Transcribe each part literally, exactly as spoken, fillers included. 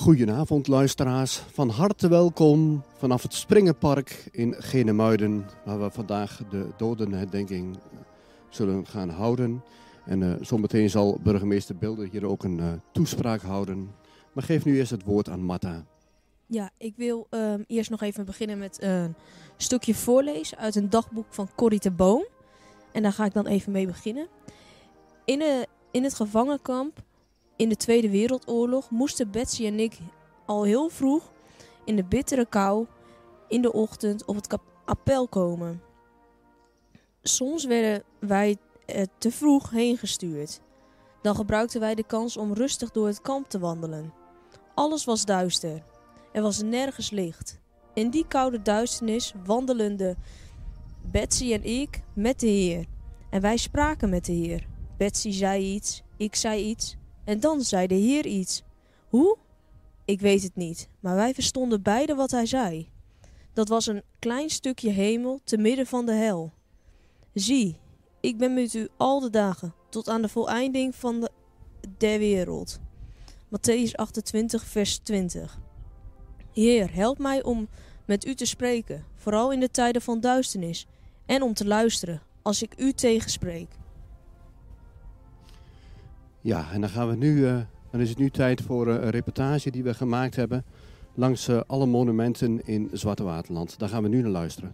Goedenavond luisteraars, van harte welkom vanaf het Springenpark in Genemuiden, waar we vandaag de dodenherdenking zullen gaan houden. En uh, zometeen zal burgemeester Bilder hier ook een uh, toespraak houden. Maar geef nu eerst het woord aan Marta. Ja, ik wil uh, eerst nog even beginnen met uh, een stukje voorlezen uit een dagboek van Corrie ter Boom. En daar ga ik dan even mee beginnen. In, de, in het gevangenkamp in de Tweede Wereldoorlog moesten Betsy en ik al heel vroeg in de bittere kou in de ochtend op het kap- appel komen. Soms werden wij er te vroeg heen gestuurd. Dan gebruikten wij de kans om rustig door het kamp te wandelen. Alles was duister. Er was nergens licht. In die koude duisternis wandelden Betsy en ik met de Heer. En wij spraken met de Heer. Betsy zei iets, ik zei iets. En dan zei de Heer iets. Hoe? Ik weet het niet, maar wij verstonden beide wat hij zei. Dat was een klein stukje hemel te midden van de hel. Zie, ik ben met u al de dagen, tot aan de voleinding van de der wereld. Mattheüs achtentwintig, vers twintig. Heer, help mij om met u te spreken, vooral in de tijden van duisternis, en om te luisteren als ik u tegenspreek. Ja, en dan gaan we nu, uh, dan is het nu tijd voor uh, een reportage die we gemaakt hebben langs uh, alle monumenten in Zwarte Waterland. Daar gaan we nu naar luisteren.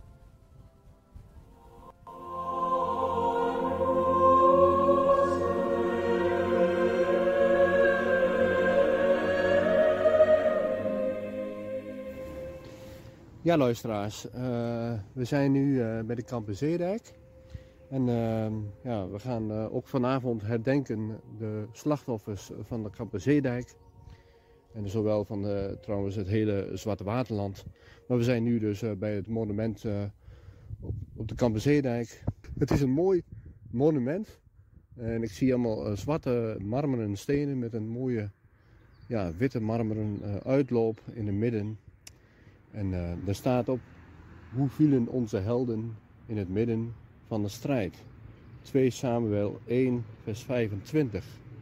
Ja, luisteraars, uh, we zijn nu uh, bij de Kampenzeedijk. En uh, ja, we gaan uh, ook vanavond herdenken de slachtoffers van de Kampenzeedijk. En zowel van de, trouwens het hele Zwarte Waterland. Maar we zijn nu dus uh, bij het monument uh, op, op de Kampenzeedijk. Het is een mooi monument. En ik zie allemaal uh, zwarte marmeren stenen met een mooie ja, witte marmeren uh, uitloop in het midden. En uh, daar staat op: hoe vielen onze helden in het midden van de strijd. twee Samuel één, vers vijfentwintig.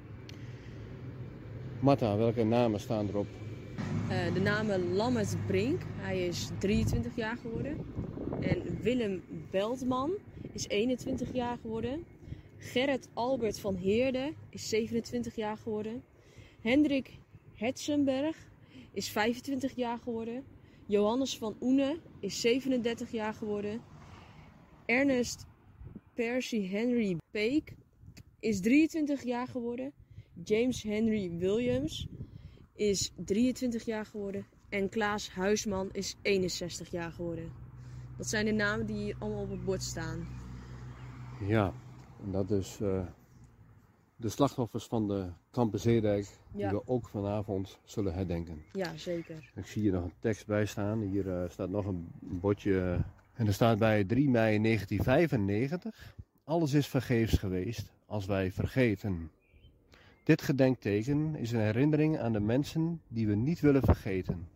Marta, welke namen staan erop? Uh, de namen Lammert Brink, hij is drieëntwintig jaar geworden. En Willem Beltman is eenentwintig jaar geworden. Gerrit Albert van Heerde is zevenentwintig jaar geworden. Hendrik Hetzenberg is vijfentwintig jaar geworden. Johannes van Oene is zevenendertig jaar geworden. Ernest Percy Henry Peek is drieëntwintig jaar geworden. James Henry Williams is drieëntwintig jaar geworden. En Klaas Huisman is eenenzestig jaar geworden. Dat zijn de namen die hier allemaal op het bord staan. Ja, en dat is uh, de slachtoffers van de Kampenzeedijk, die ja. we ook vanavond zullen herdenken. Ja, zeker. Ik zie hier nog een tekst bij staan. Hier uh, staat nog een bordje. Uh, en er staat bij drie mei negentien vijfennegentig. Alles is vergeefs geweest als wij vergeten. Dit gedenkteken is een herinnering aan de mensen die we niet willen vergeten.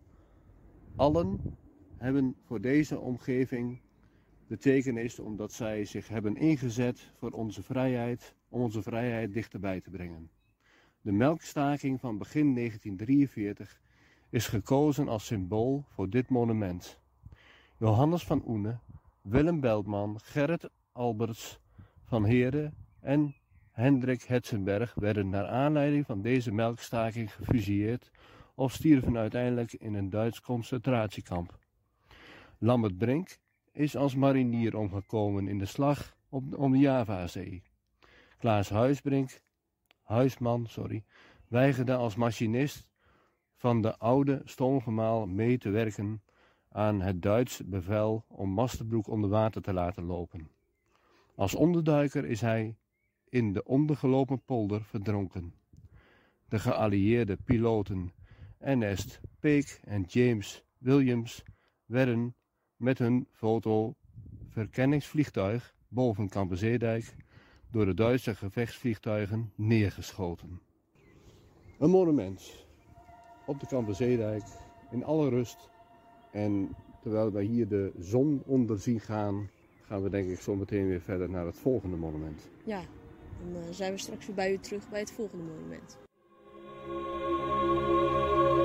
Allen hebben voor deze omgeving betekenis omdat zij zich hebben ingezet voor onze vrijheid, om onze vrijheid dichterbij te brengen. De melkstaking van begin negentien drieënveertig is gekozen als symbool voor dit monument. Johannes van Oene, Willem Beltman, Gerrit Alberts van Heerde en Hendrik Hetzenberg werden naar aanleiding van deze melkstaking gefusilleerd of stierven uiteindelijk in een Duits concentratiekamp. Lammert Brink is als marinier omgekomen in de slag op, om de Javazee. Klaas Huisbrink, Huisman sorry, weigerde als machinist van de oude stoomgemaal mee te werken aan het Duits bevel om Masterbroek onder water te laten lopen. Als onderduiker is hij in de ondergelopen polder verdronken. De geallieerde piloten Ernest Peek en James Williams werden met hun fotoverkenningsvliegtuig boven Kampenzeedijk door de Duitse gevechtsvliegtuigen neergeschoten. Een monument op de Kampenzeedijk in alle rust. En terwijl wij hier de zon onder zien gaan, gaan we denk ik zo meteen weer verder naar het volgende monument. Ja, dan uh, zijn we straks weer bij u terug bij het volgende monument.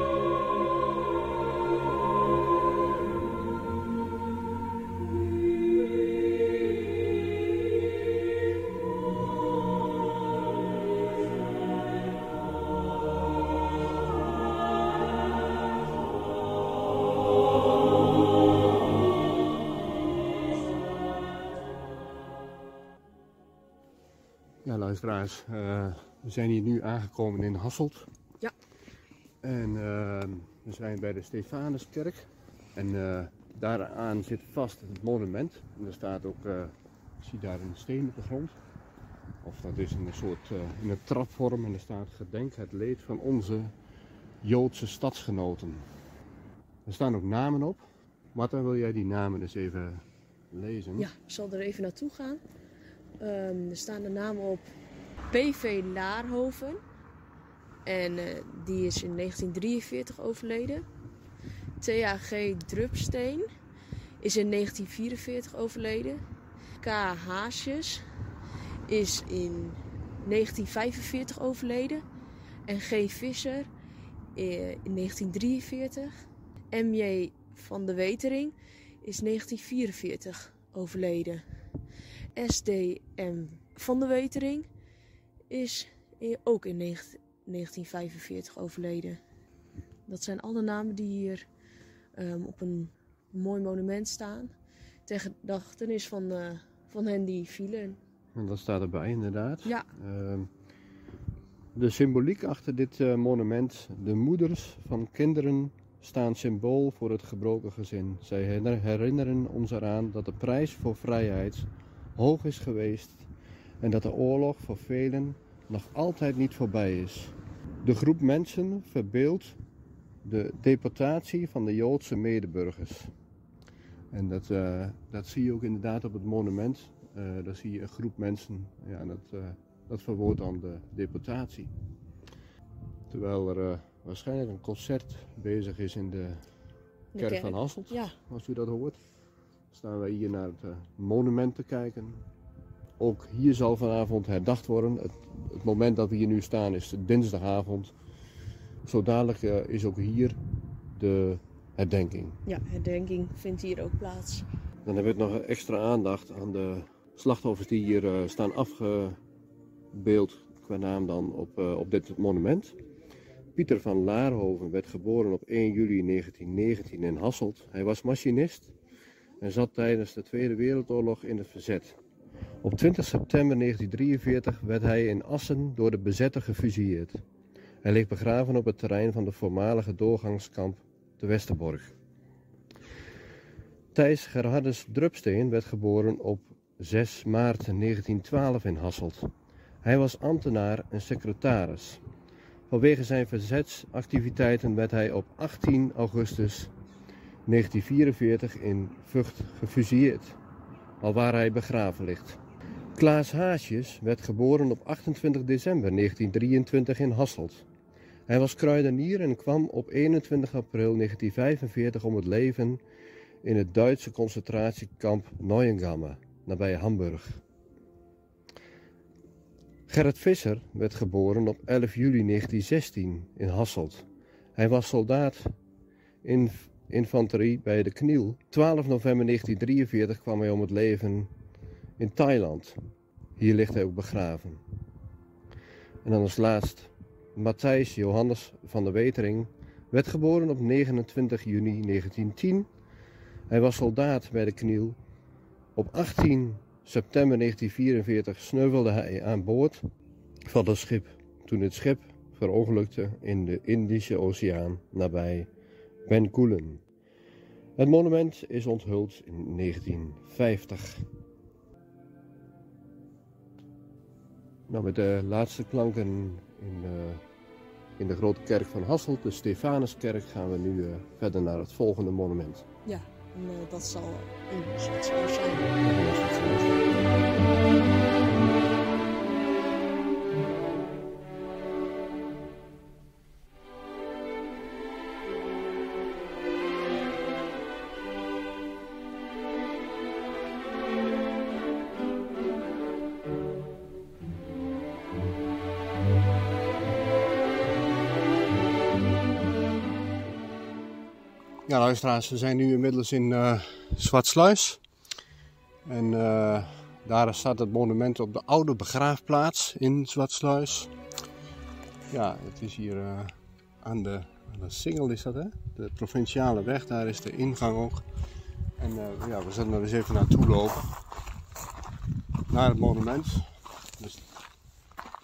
Ja, luisteraars, uh, we zijn hier nu aangekomen in Hasselt. Ja. En uh, we zijn bij de Stefanuskerk. En uh, daaraan zit vast het monument. En er staat ook, uh, ik zie daar een steen op de grond. Of dat is in een soort, uh, in een trapvorm. En er staat gedenk het leed van onze Joodse stadsgenoten. Er staan ook namen op. Marta, wil jij die namen dus even lezen? Ja, ik zal er even naartoe gaan. Um, er staan de namen op P V Laarhoven. En uh, die is in negentien drieënveertig overleden. T H G Drupsteen is in negentien vierenveertig overleden. K Haasjes is in negentien vijfenveertig overleden. En G Visser uh, in negentien drieënveertig. M J van de Wetering is negentien vierenveertig overleden. S D M van de Wetering is ook in negentien vijfenveertig overleden. Dat zijn alle namen die hier um, op een mooi monument staan. Ter gedachtenis van, uh, van hen die vielen. En dat staat erbij inderdaad. Ja. Uh, de symboliek achter dit uh, monument. De moeders van kinderen staan symbool voor het gebroken gezin. Zij herinneren ons eraan dat de prijs voor vrijheid hoog is geweest en dat de oorlog voor velen nog altijd niet voorbij is. De groep mensen verbeeldt de deportatie van de Joodse medeburgers. En dat, uh, dat zie je ook inderdaad op het monument. Uh, daar zie je een groep mensen, ja, en dat, uh, dat verwoordt dan de deportatie. Terwijl er uh, waarschijnlijk een concert bezig is in de, de kerk, kerk van Hasselt, ja. Als u dat hoort. Staan wij hier naar het uh, monument te kijken. Ook hier zal vanavond herdacht worden. Het, het moment dat we hier nu staan is dinsdagavond. Zo dadelijk uh, is ook hier de herdenking. Ja, herdenking vindt hier ook plaats. Dan hebben we nog extra aandacht aan de slachtoffers die hier uh, staan afgebeeld qua naam dan op, uh, op dit monument. Pieter van Laarhoven werd geboren op één juli negentien negentien in Hasselt. Hij was machinist en zat tijdens de Tweede Wereldoorlog in het verzet. Op twintig september negentien drieënveertig werd hij in Assen door de bezetter gefusilleerd. Hij ligt begraven op het terrein van de voormalige doorgangskamp te Westerbork. Thijs Gerhardus Drupsteen werd geboren op zes maart negentien twaalf in Hasselt. Hij was ambtenaar en secretaris. Vanwege zijn verzetsactiviteiten werd hij op achttien augustus negentien vierenveertig in Vught gefusilleerd, alwaar hij begraven ligt. Klaas Haasjes werd geboren op achtentwintig december negentien drieëntwintig in Hasselt. Hij was kruidenier en kwam op eenentwintig april negentien vijfenveertig om het leven in het Duitse concentratiekamp Neuengamme, nabij Hamburg. Gerrit Visser werd geboren op elf juli negentien zestien in Hasselt. Hij was soldaat in infanterie bij de Kniel. twaalf november negentien drieënveertig kwam hij om het leven in Thailand. Hier ligt hij ook begraven. En dan als laatst Matthijs Johannes van de Wetering werd geboren op negenentwintig juni negentien tien. Hij was soldaat bij de Kniel. Op achttien september negentien vierenveertig sneuvelde hij aan boord van het schip toen het schip verongelukte in de Indische Oceaan nabij Bencoolen. Het monument is onthuld in negentien vijftig. Nou, met de laatste klanken in, uh, in de grote kerk van Hasselt, de Stefanuskerk, gaan we nu uh, verder naar het volgende monument. Ja, en uh, dat zal in Zwitserland zijn. Ja, luisteraars, we zijn nu inmiddels in uh, Zwartsluis. En uh, daar staat het monument op de oude begraafplaats in Zwartsluis. Ja, het is hier uh, aan de, aan de Singel is dat, hè? De provinciale weg, daar is de ingang ook. En uh, ja, we zullen er eens even naartoe lopen. Naar het monument. Dus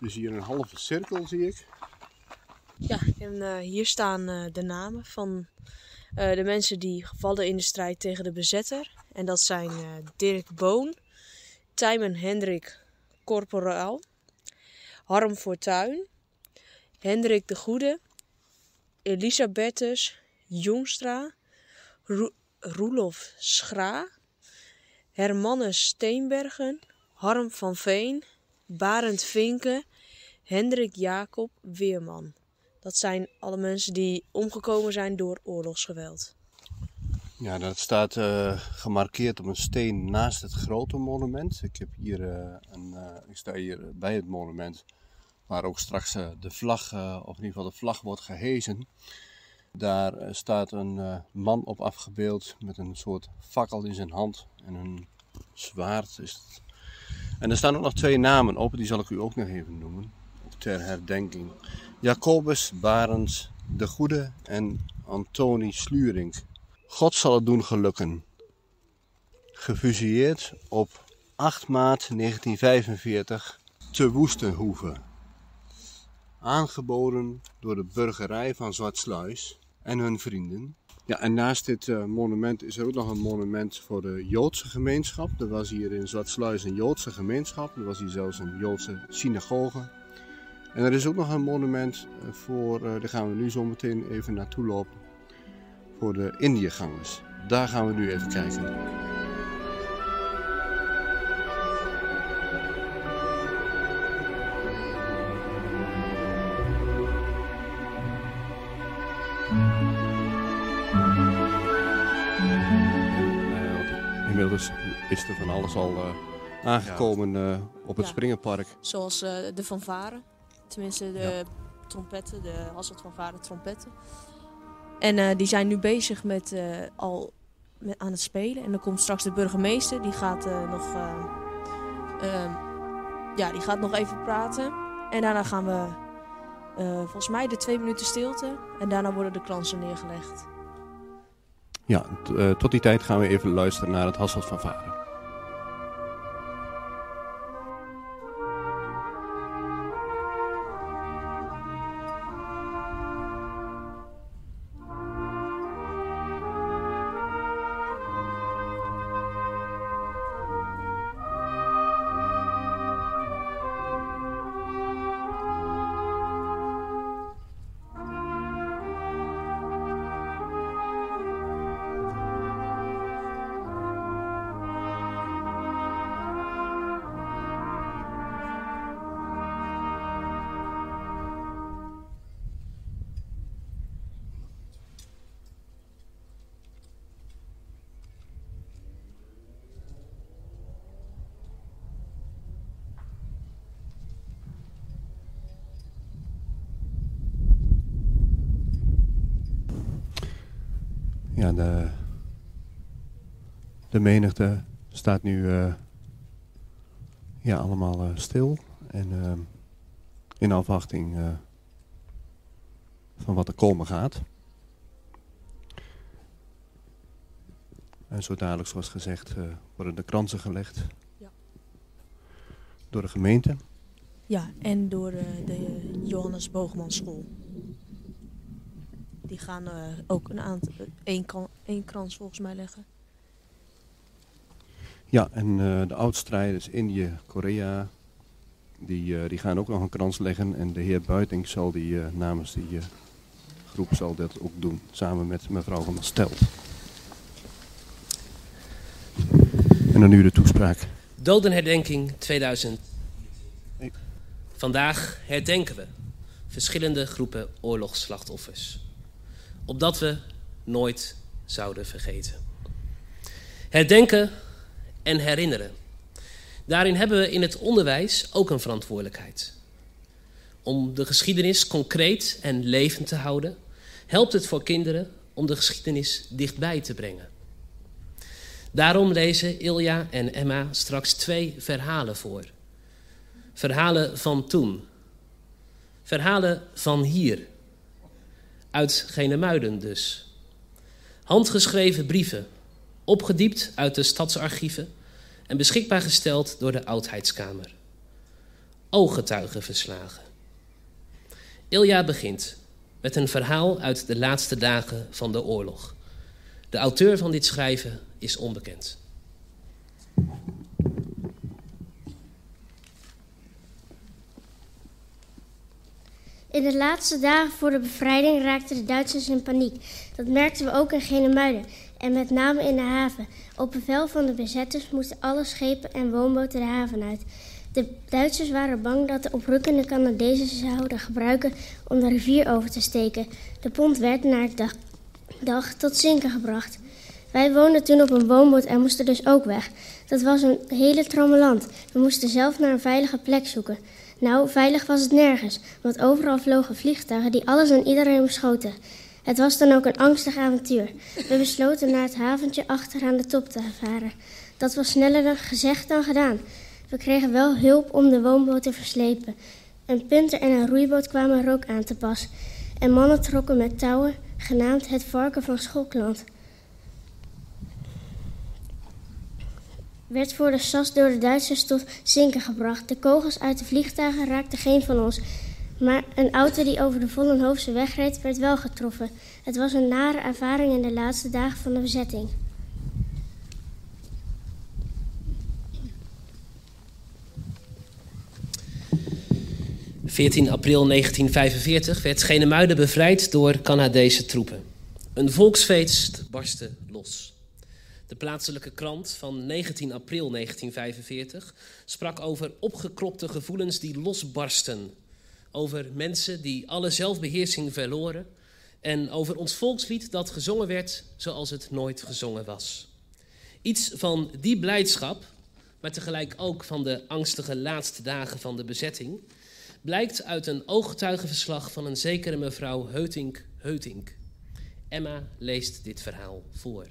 Dus hier een halve cirkel zie ik. Ja, en uh, hier staan uh, de namen van uh, de mensen die gevallen in de strijd tegen de bezetter. En dat zijn uh, Dirk Boon, Tijmen Hendrik Corporaal, Harm Fortuyn, Hendrik de Goede, Elisabethus Jongstra, Ro- Roelof Schra, Hermannes Steenbergen, Harm van Veen, Barend Vinken, Hendrik Jacob Weerman. Dat zijn alle mensen die omgekomen zijn door oorlogsgeweld. Ja, dat staat uh, gemarkeerd op een steen naast het grote monument. Ik, heb hier, uh, een, uh, ik sta hier bij het monument waar ook straks uh, de vlag, uh, of in ieder geval de vlag wordt gehezen. Daar uh, staat een uh, man op afgebeeld met een soort fakkel in zijn hand en een zwaard. Is het. En er staan ook nog twee namen op, die zal ik u ook nog even noemen, ter herdenking. Jacobus Barends de Goede en Antonie Slurink. God zal het doen gelukken. Gefusilleerd op acht maart negentien vijfenveertig te Woestenhoeve. Aangeboden door de burgerij van Zwartsluis en hun vrienden. Ja, en naast dit uh, monument is er ook nog een monument voor de Joodse gemeenschap. Er was hier in Zwartsluis een Joodse gemeenschap. Er was hier zelfs een Joodse synagoge. En er is ook nog een monument voor, uh, daar gaan we nu zo meteen even naartoe lopen, voor de Indiëgangers. Daar gaan we nu even kijken. Inmiddels is er van alles al uh, aangekomen uh, op het ja. Springerpark. Zoals uh, de fanfare. Tenminste de ja. trompetten, de Hasselt fanfare trompetten. En uh, die zijn nu bezig met uh, al met, aan het spelen. En dan komt straks de burgemeester. Die gaat uh, nog uh, uh, ja, die gaat nog even praten. En daarna gaan we uh, volgens mij de twee minuten stilte. En daarna worden de kransen neergelegd. Ja, t- uh, tot die tijd gaan we even luisteren naar het Hasselt fanfare. Ja, de, de menigte staat nu uh, ja, allemaal uh, stil en uh, in afwachting uh, van wat er komen gaat. En zo dadelijk, zoals gezegd, uh, worden de kransen gelegd. Ja. Door de gemeente. Ja, en door uh, de Johannes Boogman School. Die gaan uh, ook een aantal, één, één krans volgens mij leggen. Ja, en uh, de oudstrijders Indië, Korea, die, uh, die gaan ook nog een krans leggen. En de heer Buiting zal die uh, namens die uh, groep zal dat ook doen, samen met mevrouw van der Stelt. En dan nu de toespraak. Dodenherdenking tweeduizend. Nee. Vandaag herdenken we verschillende groepen oorlogsslachtoffers. Opdat we nooit zouden vergeten. Herdenken en herinneren. Daarin hebben we in het onderwijs ook een verantwoordelijkheid. Om de geschiedenis concreet en levend te houden, helpt het voor kinderen om de geschiedenis dichtbij te brengen. Daarom lezen Ilja en Emma straks twee verhalen voor. Verhalen van toen. Verhalen van hier. Uit Genemuiden dus. Handgeschreven brieven, opgediept uit de stadsarchieven en beschikbaar gesteld door de Oudheidskamer. ooggetuigenverslagen. Ilja begint met een verhaal uit de laatste dagen van de oorlog. De auteur van dit schrijven is onbekend. In de laatste dagen voor de bevrijding raakten de Duitsers in paniek. Dat merkten we ook in Genemuiden en met name in de haven. Op bevel van de bezetters moesten alle schepen en woonboten de haven uit. De Duitsers waren bang dat de oprukkende Canadezen ze zouden gebruiken om de rivier over te steken. De pont werd na het dag, dag tot zinken gebracht. Wij woonden toen op een woonboot en moesten dus ook weg. Dat was een hele trammeland. We moesten zelf naar een veilige plek zoeken. Nou, veilig was het nergens, want overal vlogen vliegtuigen die alles en iedereen beschoten. Het was dan ook een angstig avontuur. We besloten naar het haventje achteraan de top te varen. Dat was sneller dan gezegd dan gedaan. We kregen wel hulp om de woonboot te verslepen. Een punter en een roeiboot kwamen er ook aan te pas. En mannen trokken met touwen, genaamd het varken van Schokland. Werd voor de sas door de Duitsers tot zinken gebracht. De kogels uit de vliegtuigen raakten geen van ons. Maar een auto die over de Vollenhoofse weg reed, werd wel getroffen. Het was een nare ervaring in de laatste dagen van de bezetting. veertien april negentien vijfenveertig werd Genemuiden bevrijd door Canadese troepen. Een volksfeest barstte los. De plaatselijke krant van negentien april negentien vijfenveertig sprak over opgekropte gevoelens die losbarsten. Over mensen die alle zelfbeheersing verloren. En over ons volkslied dat gezongen werd zoals het nooit gezongen was. Iets van die blijdschap, maar tegelijk ook van de angstige laatste dagen van de bezetting, blijkt uit een ooggetuigenverslag van een zekere mevrouw Heutink Heutink. Emma leest dit verhaal voor.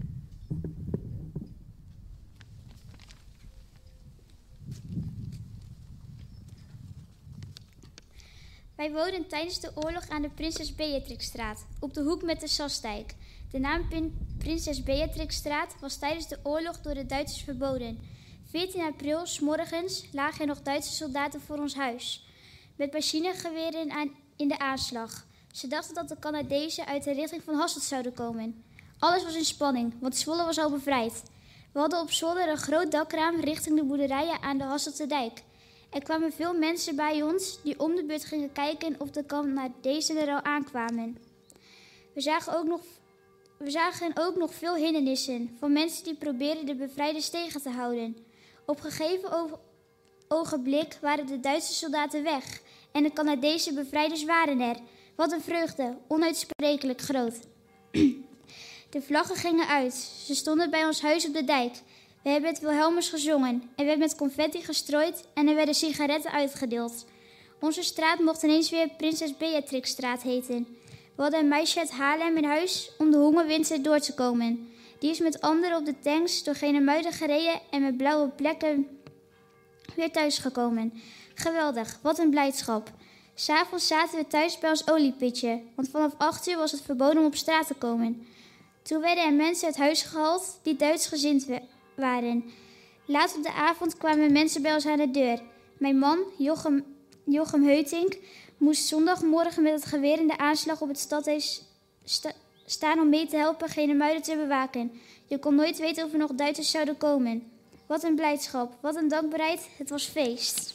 Wij woonden tijdens de oorlog aan de Prinses Beatrixstraat, op de hoek met de Sasdijk. De naam Prinses Beatrixstraat was tijdens de oorlog door de Duitsers verboden. veertien april, 's morgens, lagen er nog Duitse soldaten voor ons huis, met machinegeweren aan, in de aanslag. Ze dachten dat de Canadezen uit de richting van Hasselt zouden komen. Alles was in spanning, want Zwolle was al bevrijd. We hadden op zolder een groot dakraam richting de boerderijen aan de Hasselterdijk. Er kwamen veel mensen bij ons die om de beurt gingen kijken of de Canadezen er al aankwamen. We zagen ook nog, we zagen ook nog veel hindernissen van mensen die probeerden de bevrijders tegen te houden. Op een gegeven ogenblik waren de Duitse soldaten weg en de Canadese bevrijders waren er. Wat een vreugde, onuitsprekelijk groot. De vlaggen gingen uit. Ze stonden bij ons huis op de dijk. We hebben het Wilhelmus gezongen. Er werd met confetti gestrooid en er werden sigaretten uitgedeeld. Onze straat mocht ineens weer Prinses Beatrixstraat heten. We hadden een meisje uit Haarlem in huis om de hongerwinter door te komen. Die is met anderen op de tanks door Genemuiden gereden en met blauwe plekken weer thuisgekomen. Geweldig, wat een blijdschap. 'S Avonds zaten we thuis bij ons oliepitje, want vanaf acht uur was het verboden om op straat te komen. Toen werden er mensen uit huis gehaald die Duitsgezind waren. Laat op de avond kwamen mensen bij ons aan de deur. Mijn man, Jochem, Jochem Heutink, moest zondagmorgen met het geweer in de aanslag op het stadhuis sta, staan om mee te helpen Genemuiden te bewaken. Je kon nooit weten of er nog Duitsers zouden komen. Wat een blijdschap, wat een dankbaarheid, het was feest.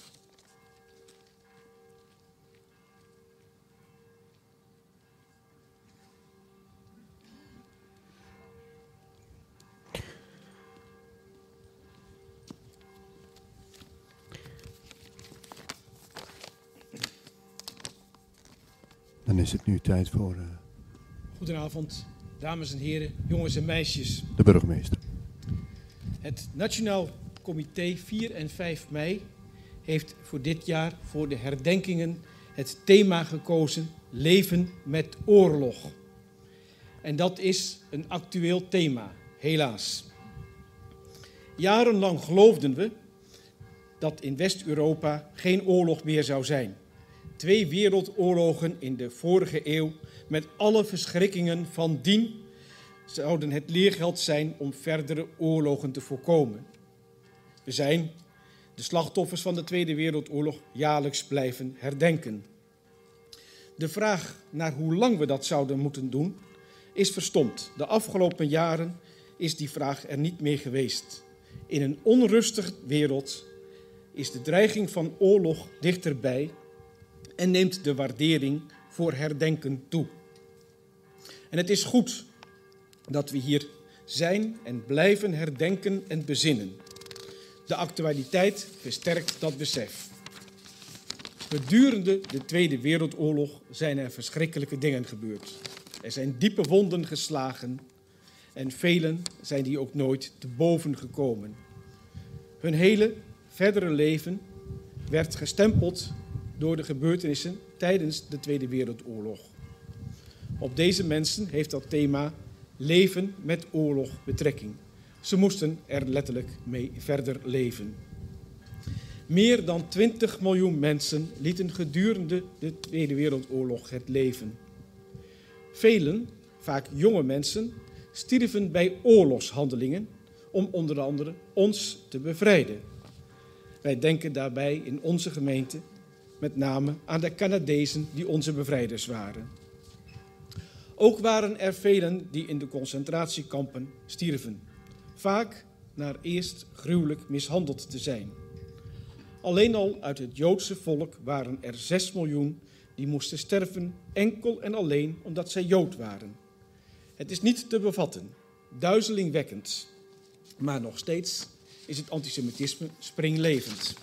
Dan is het nu tijd voor uh, Goedenavond, dames en heren, jongens en meisjes. de burgemeester. Het Nationaal Comité vier en vijf mei heeft voor dit jaar voor de herdenkingen het thema gekozen: Leven met oorlog. En dat is een actueel thema, helaas. Jarenlang geloofden we dat in West-Europa geen oorlog meer zou zijn. Twee wereldoorlogen in de vorige eeuw met alle verschrikkingen van dien zouden het leergeld zijn om verdere oorlogen te voorkomen. We zijn de slachtoffers van de Tweede Wereldoorlog jaarlijks blijven herdenken. De vraag naar hoe lang we dat zouden moeten doen is verstomd. De afgelopen jaren is die vraag er niet meer geweest. In een onrustige wereld is de dreiging van oorlog dichterbij en neemt de waardering voor herdenken toe. En het is goed dat we hier zijn en blijven herdenken en bezinnen. De actualiteit versterkt dat besef. Gedurende de Tweede Wereldoorlog zijn er verschrikkelijke dingen gebeurd. Er zijn diepe wonden geslagen en velen zijn die ook nooit te boven gekomen. Hun hele verdere leven werd gestempeld door de gebeurtenissen tijdens de Tweede Wereldoorlog. Op deze mensen heeft dat thema leven met oorlog betrekking. Ze moesten er letterlijk mee verder leven. Meer dan twintig miljoen mensen lieten gedurende de Tweede Wereldoorlog het leven. Velen, vaak jonge mensen, stierven bij oorlogshandelingen om onder andere ons te bevrijden. Wij denken daarbij in onze gemeente met name aan de Canadezen die onze bevrijders waren. Ook waren er velen die in de concentratiekampen stierven, vaak na eerst gruwelijk mishandeld te zijn. Alleen al uit het Joodse volk waren er zes miljoen die moesten sterven, enkel en alleen omdat zij Jood waren. Het is niet te bevatten, duizelingwekkend, maar nog steeds is het antisemitisme springlevend.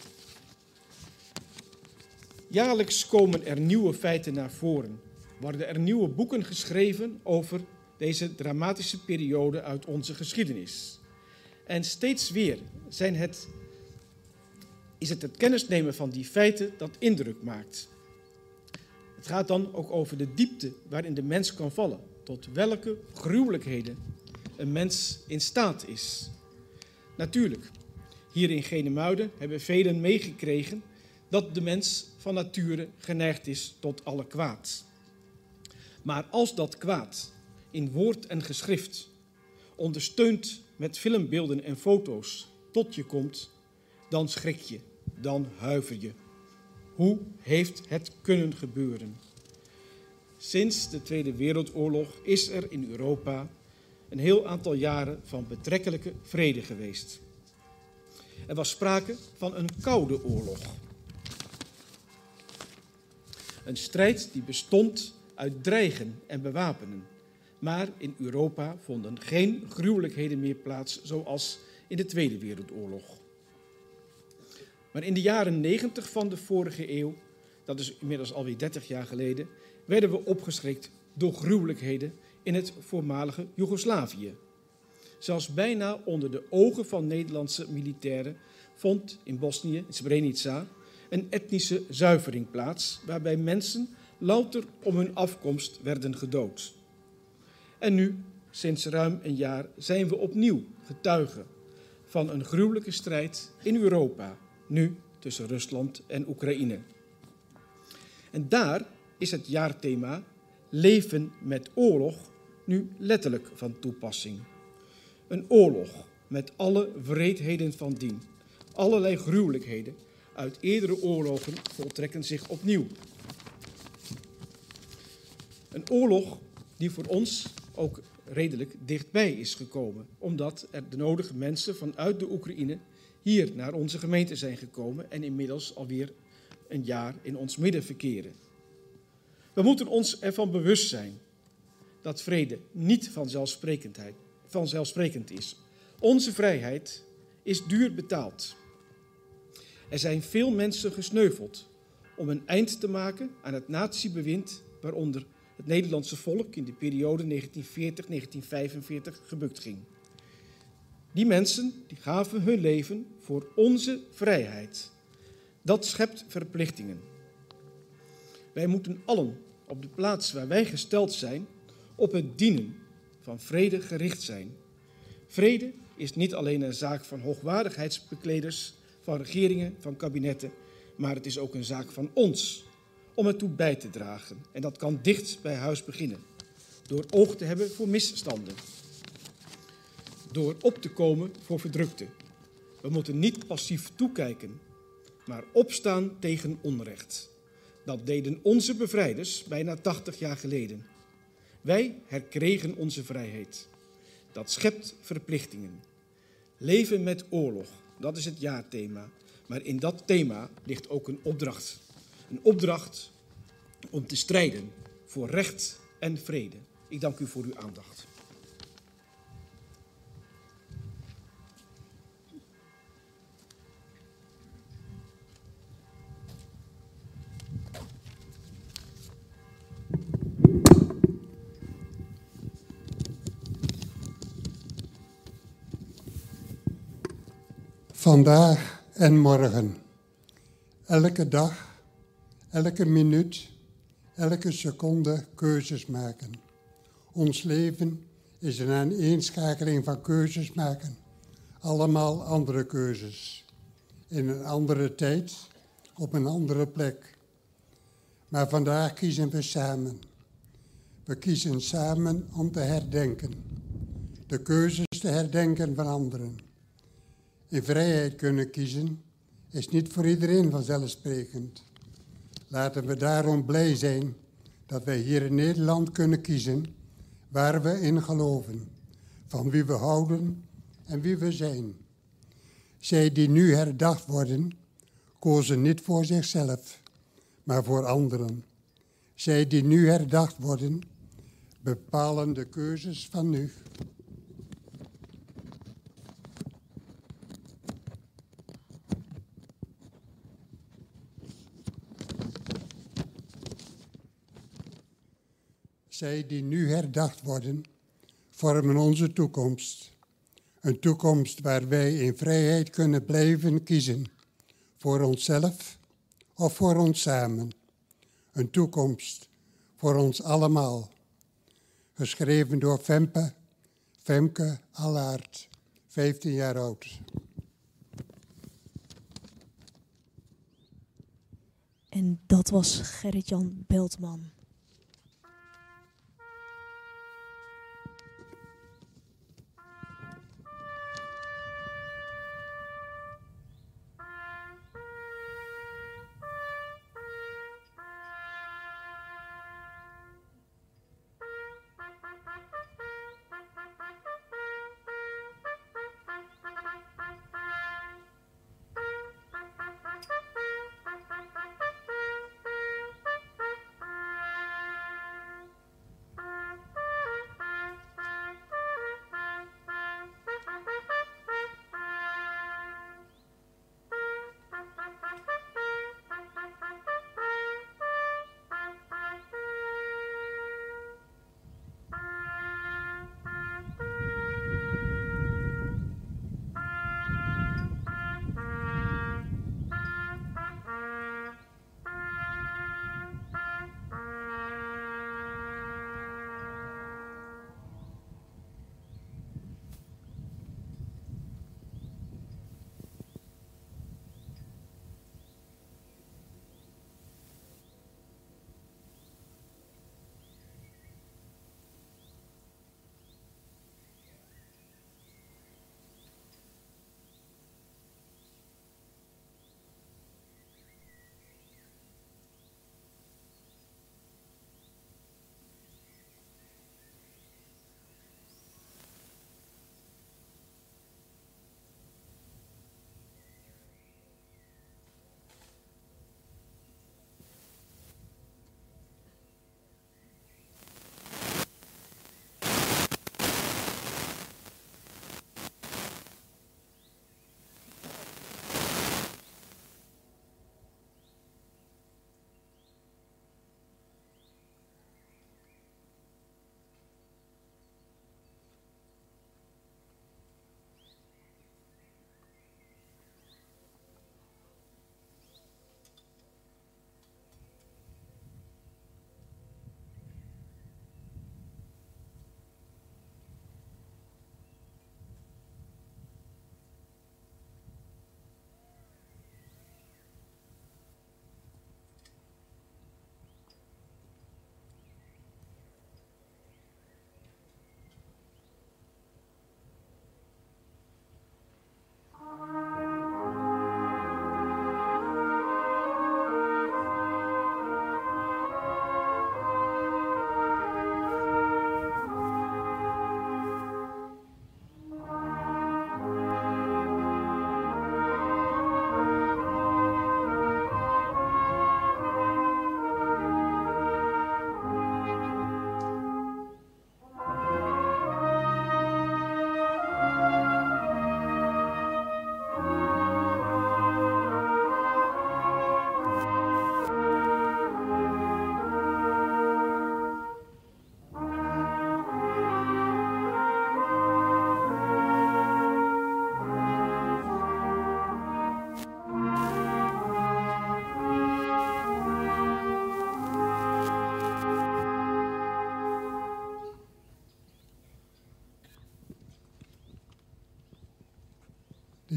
Jaarlijks komen er nieuwe feiten naar voren, worden er nieuwe boeken geschreven over deze dramatische periode uit onze geschiedenis. En steeds weer zijn het, is het het kennisnemen van die feiten dat indruk maakt. Het gaat dan ook over de diepte waarin de mens kan vallen, tot welke gruwelijkheden een mens in staat is. Natuurlijk, hier in Genemuiden hebben velen meegekregen dat de mens van nature geneigd is tot alle kwaad. Maar als dat kwaad in woord en geschrift, ondersteund met filmbeelden en foto's, tot je komt, dan schrik je, dan huiver je. Hoe heeft het kunnen gebeuren? Sinds de Tweede Wereldoorlog is er in Europa een heel aantal jaren van betrekkelijke vrede geweest. Er was sprake van een koude oorlog. Een strijd die bestond uit dreigen en bewapenen. Maar in Europa vonden geen gruwelijkheden meer plaats zoals in de Tweede Wereldoorlog. Maar in de jaren negentig van de vorige eeuw, dat is inmiddels alweer dertig jaar geleden, werden we opgeschrikt door gruwelijkheden in het voormalige Joegoslavië. Zelfs bijna onder de ogen van Nederlandse militairen vond in Bosnië, in Srebrenica, een etnische zuivering plaats, waarbij mensen louter om hun afkomst werden gedood. En nu, sinds ruim een jaar, zijn we opnieuw getuigen van een gruwelijke strijd in Europa, nu tussen Rusland en Oekraïne. En daar is het jaarthema Leven met oorlog nu letterlijk van toepassing. Een oorlog met alle wreedheden van dien. Allerlei gruwelijkheden uit eerdere oorlogen voltrekken zich opnieuw. Een oorlog die voor ons ook redelijk dichtbij is gekomen, omdat er de nodige mensen vanuit de Oekraïne hier naar onze gemeente zijn gekomen en inmiddels alweer een jaar in ons midden verkeren. We moeten ons ervan bewust zijn dat vrede niet vanzelfsprekendheid, vanzelfsprekend is. Onze vrijheid is duur betaald. Er zijn veel mensen gesneuveld om een eind te maken aan het nazi-bewind waaronder het Nederlandse volk in de periode negentien veertig tot negentien vijfenveertig gebukt ging. Die mensen die gaven hun leven voor onze vrijheid. Dat schept verplichtingen. Wij moeten allen op de plaats waar wij gesteld zijn op het dienen van vrede gericht zijn. Vrede is niet alleen een zaak van hoogwaardigheidsbekleders, van regeringen, van kabinetten, maar het is ook een zaak van ons om ertoe bij te dragen. En dat kan dicht bij huis beginnen. Door oog te hebben voor misstanden. Door op te komen voor verdrukten. We moeten niet passief toekijken, maar opstaan tegen onrecht. Dat deden onze bevrijders bijna tachtig jaar geleden. Wij herkregen onze vrijheid. Dat schept verplichtingen. Leven met oorlog, dat is het jaarthema. Maar in dat thema ligt ook een opdracht. Een opdracht om te strijden voor recht en vrede. Ik dank u voor uw aandacht. Vandaag en morgen, elke dag, elke minuut, elke seconde keuzes maken. Ons leven is een aaneenschakeling van keuzes maken. Allemaal andere keuzes. In een andere tijd, op een andere plek. Maar vandaag kiezen we samen. We kiezen samen om te herdenken. De keuzes te herdenken van anderen. In vrijheid kunnen kiezen is niet voor iedereen vanzelfsprekend. Laten we daarom blij zijn dat wij hier in Nederland kunnen kiezen waar we in geloven, van wie we houden en wie we zijn. Zij die nu herdacht worden, kozen niet voor zichzelf, maar voor anderen. Zij die nu herdacht worden, bepalen de keuzes van nu. Zij die nu herdacht worden, vormen onze toekomst. Een toekomst waar wij in vrijheid kunnen blijven kiezen. Voor onszelf of voor ons samen. Een toekomst voor ons allemaal. Geschreven door Femke, Femke Allaert, vijftien jaar oud. En dat was Gerrit-Jan Beltman.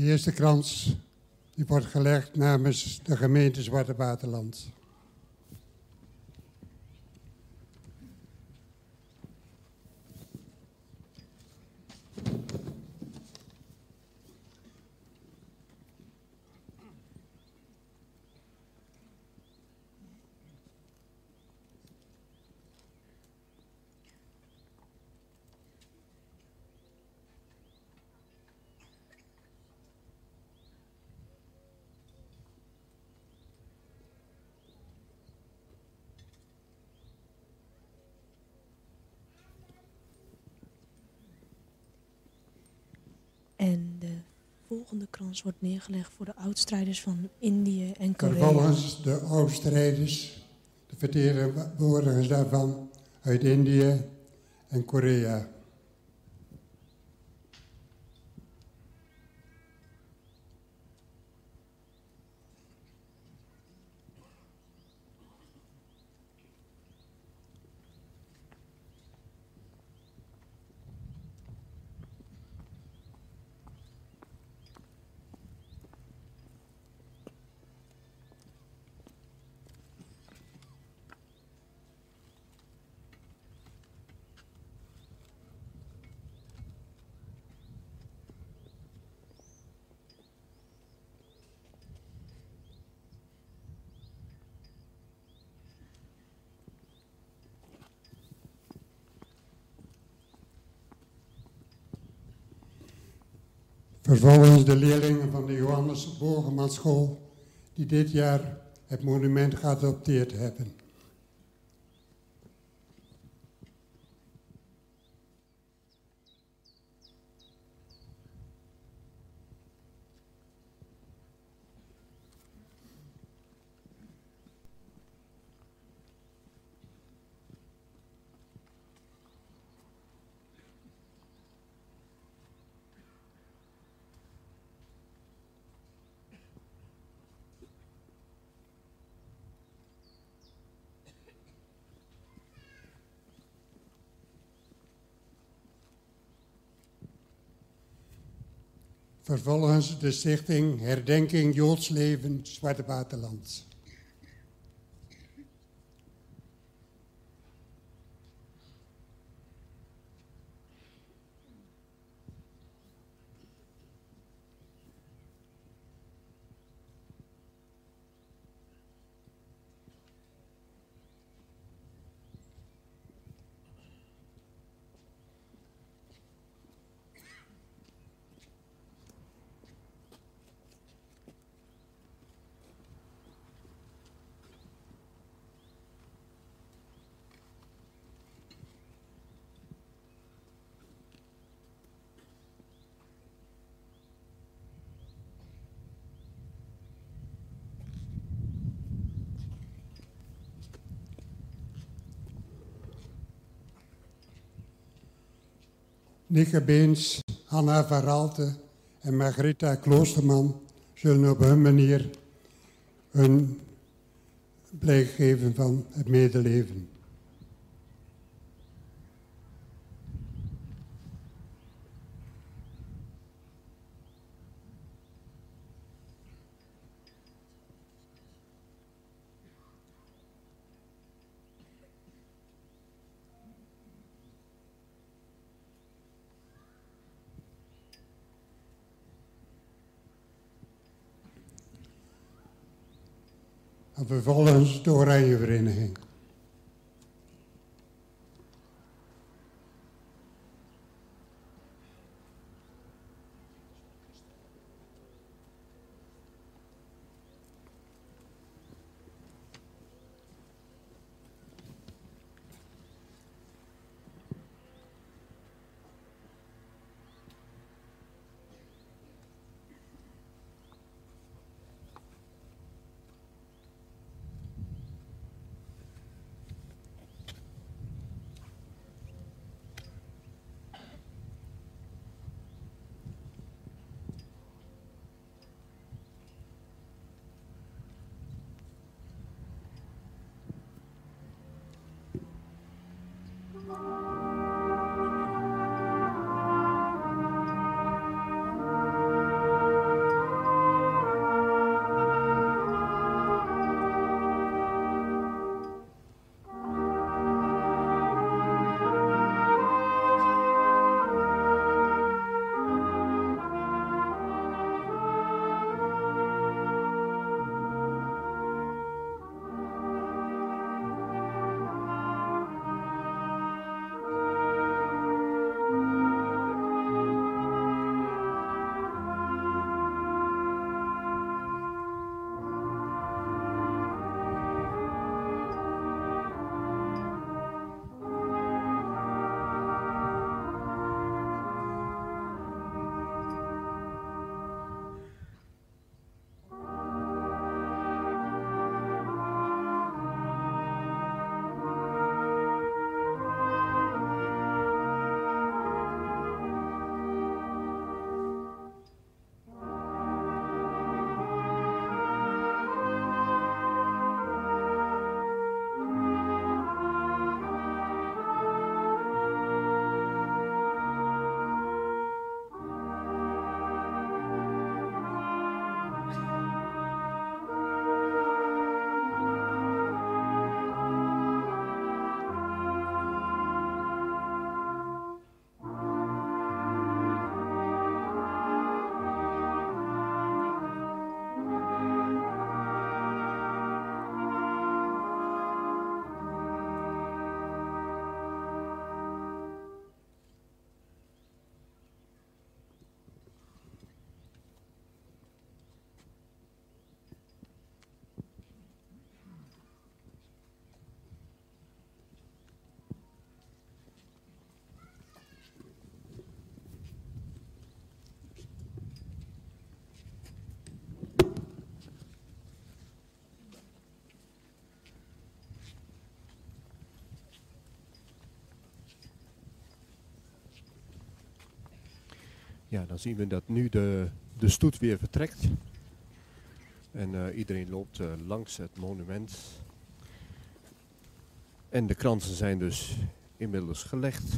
eerste krans die wordt gelegd namens de gemeente Zwarte Waterland. En de volgende krans wordt neergelegd voor de oudstrijders van Indië en Korea. Vervolgens de oudstrijders, de vertegenwoordigers daarvan uit Indië en Korea. Vervolgens de leerlingen van de Johannes Bogermanschool die dit jaar het monument geadopteerd hebben. Vervolgens de stichting Herdenking Joods Leven Zwarte Waterland. Nieke Beens, Hanna van Raalte en Margarita Kloosterman zullen op hun manier hun blijk geven van het medeleven. En vervolgens de Oranje Vereniging. Ja, dan zien we dat nu de, de stoet weer vertrekt. En uh, iedereen loopt uh, langs het monument. En de kransen zijn dus inmiddels gelegd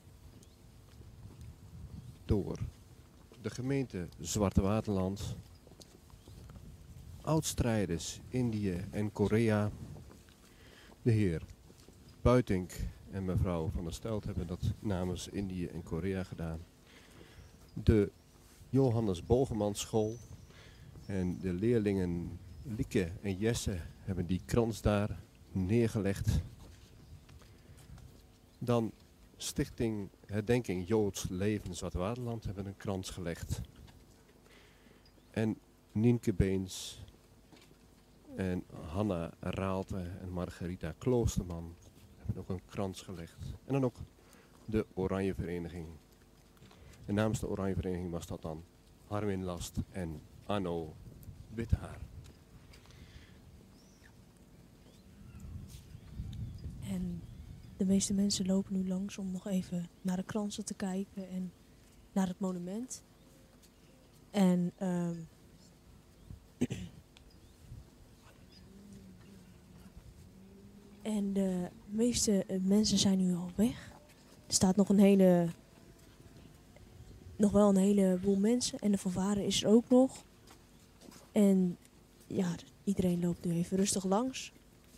door de gemeente Zwarte Waterland, oud-strijders Indië en Korea. De heer Buitink en mevrouw Van der Stelt hebben dat namens Indië en Korea gedaan. De Johannes Bogemans School en de leerlingen Lieke en Jesse hebben die krans daar neergelegd. Dan Stichting Herdenking Joods Leven Zwarte Waterland hebben een krans gelegd. En Nienke Beens en Hanna Raalte en Margarita Kloosterman hebben ook een krans gelegd. En dan ook de Oranje Vereniging. En namens de Oranje Vereniging was dat dan Harmin Last en Arno Wittehaar. En de meeste mensen lopen nu langs om nog even naar de kransen te kijken en naar het monument. En um, en de meeste mensen zijn nu al weg. Er staat nog een hele, nog wel een heleboel mensen en de fanfare is er ook nog. En ja, iedereen loopt nu even rustig langs.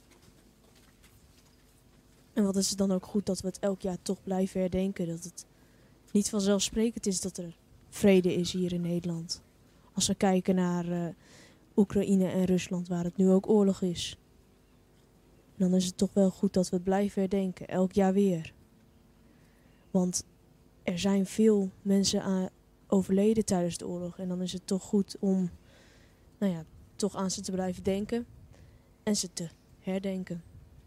En wat is het dan ook goed dat we het elk jaar toch blijven herdenken. Dat het niet vanzelfsprekend is dat er vrede is hier in Nederland. Als we kijken naar uh, Oekraïne en Rusland, waar het nu ook oorlog is. Dan is het toch wel goed dat we het blijven herdenken, elk jaar weer. Want er zijn veel mensen aan overleden tijdens de oorlog. En dan is het toch goed om, nou ja, toch aan ze te blijven denken. En ze te herdenken.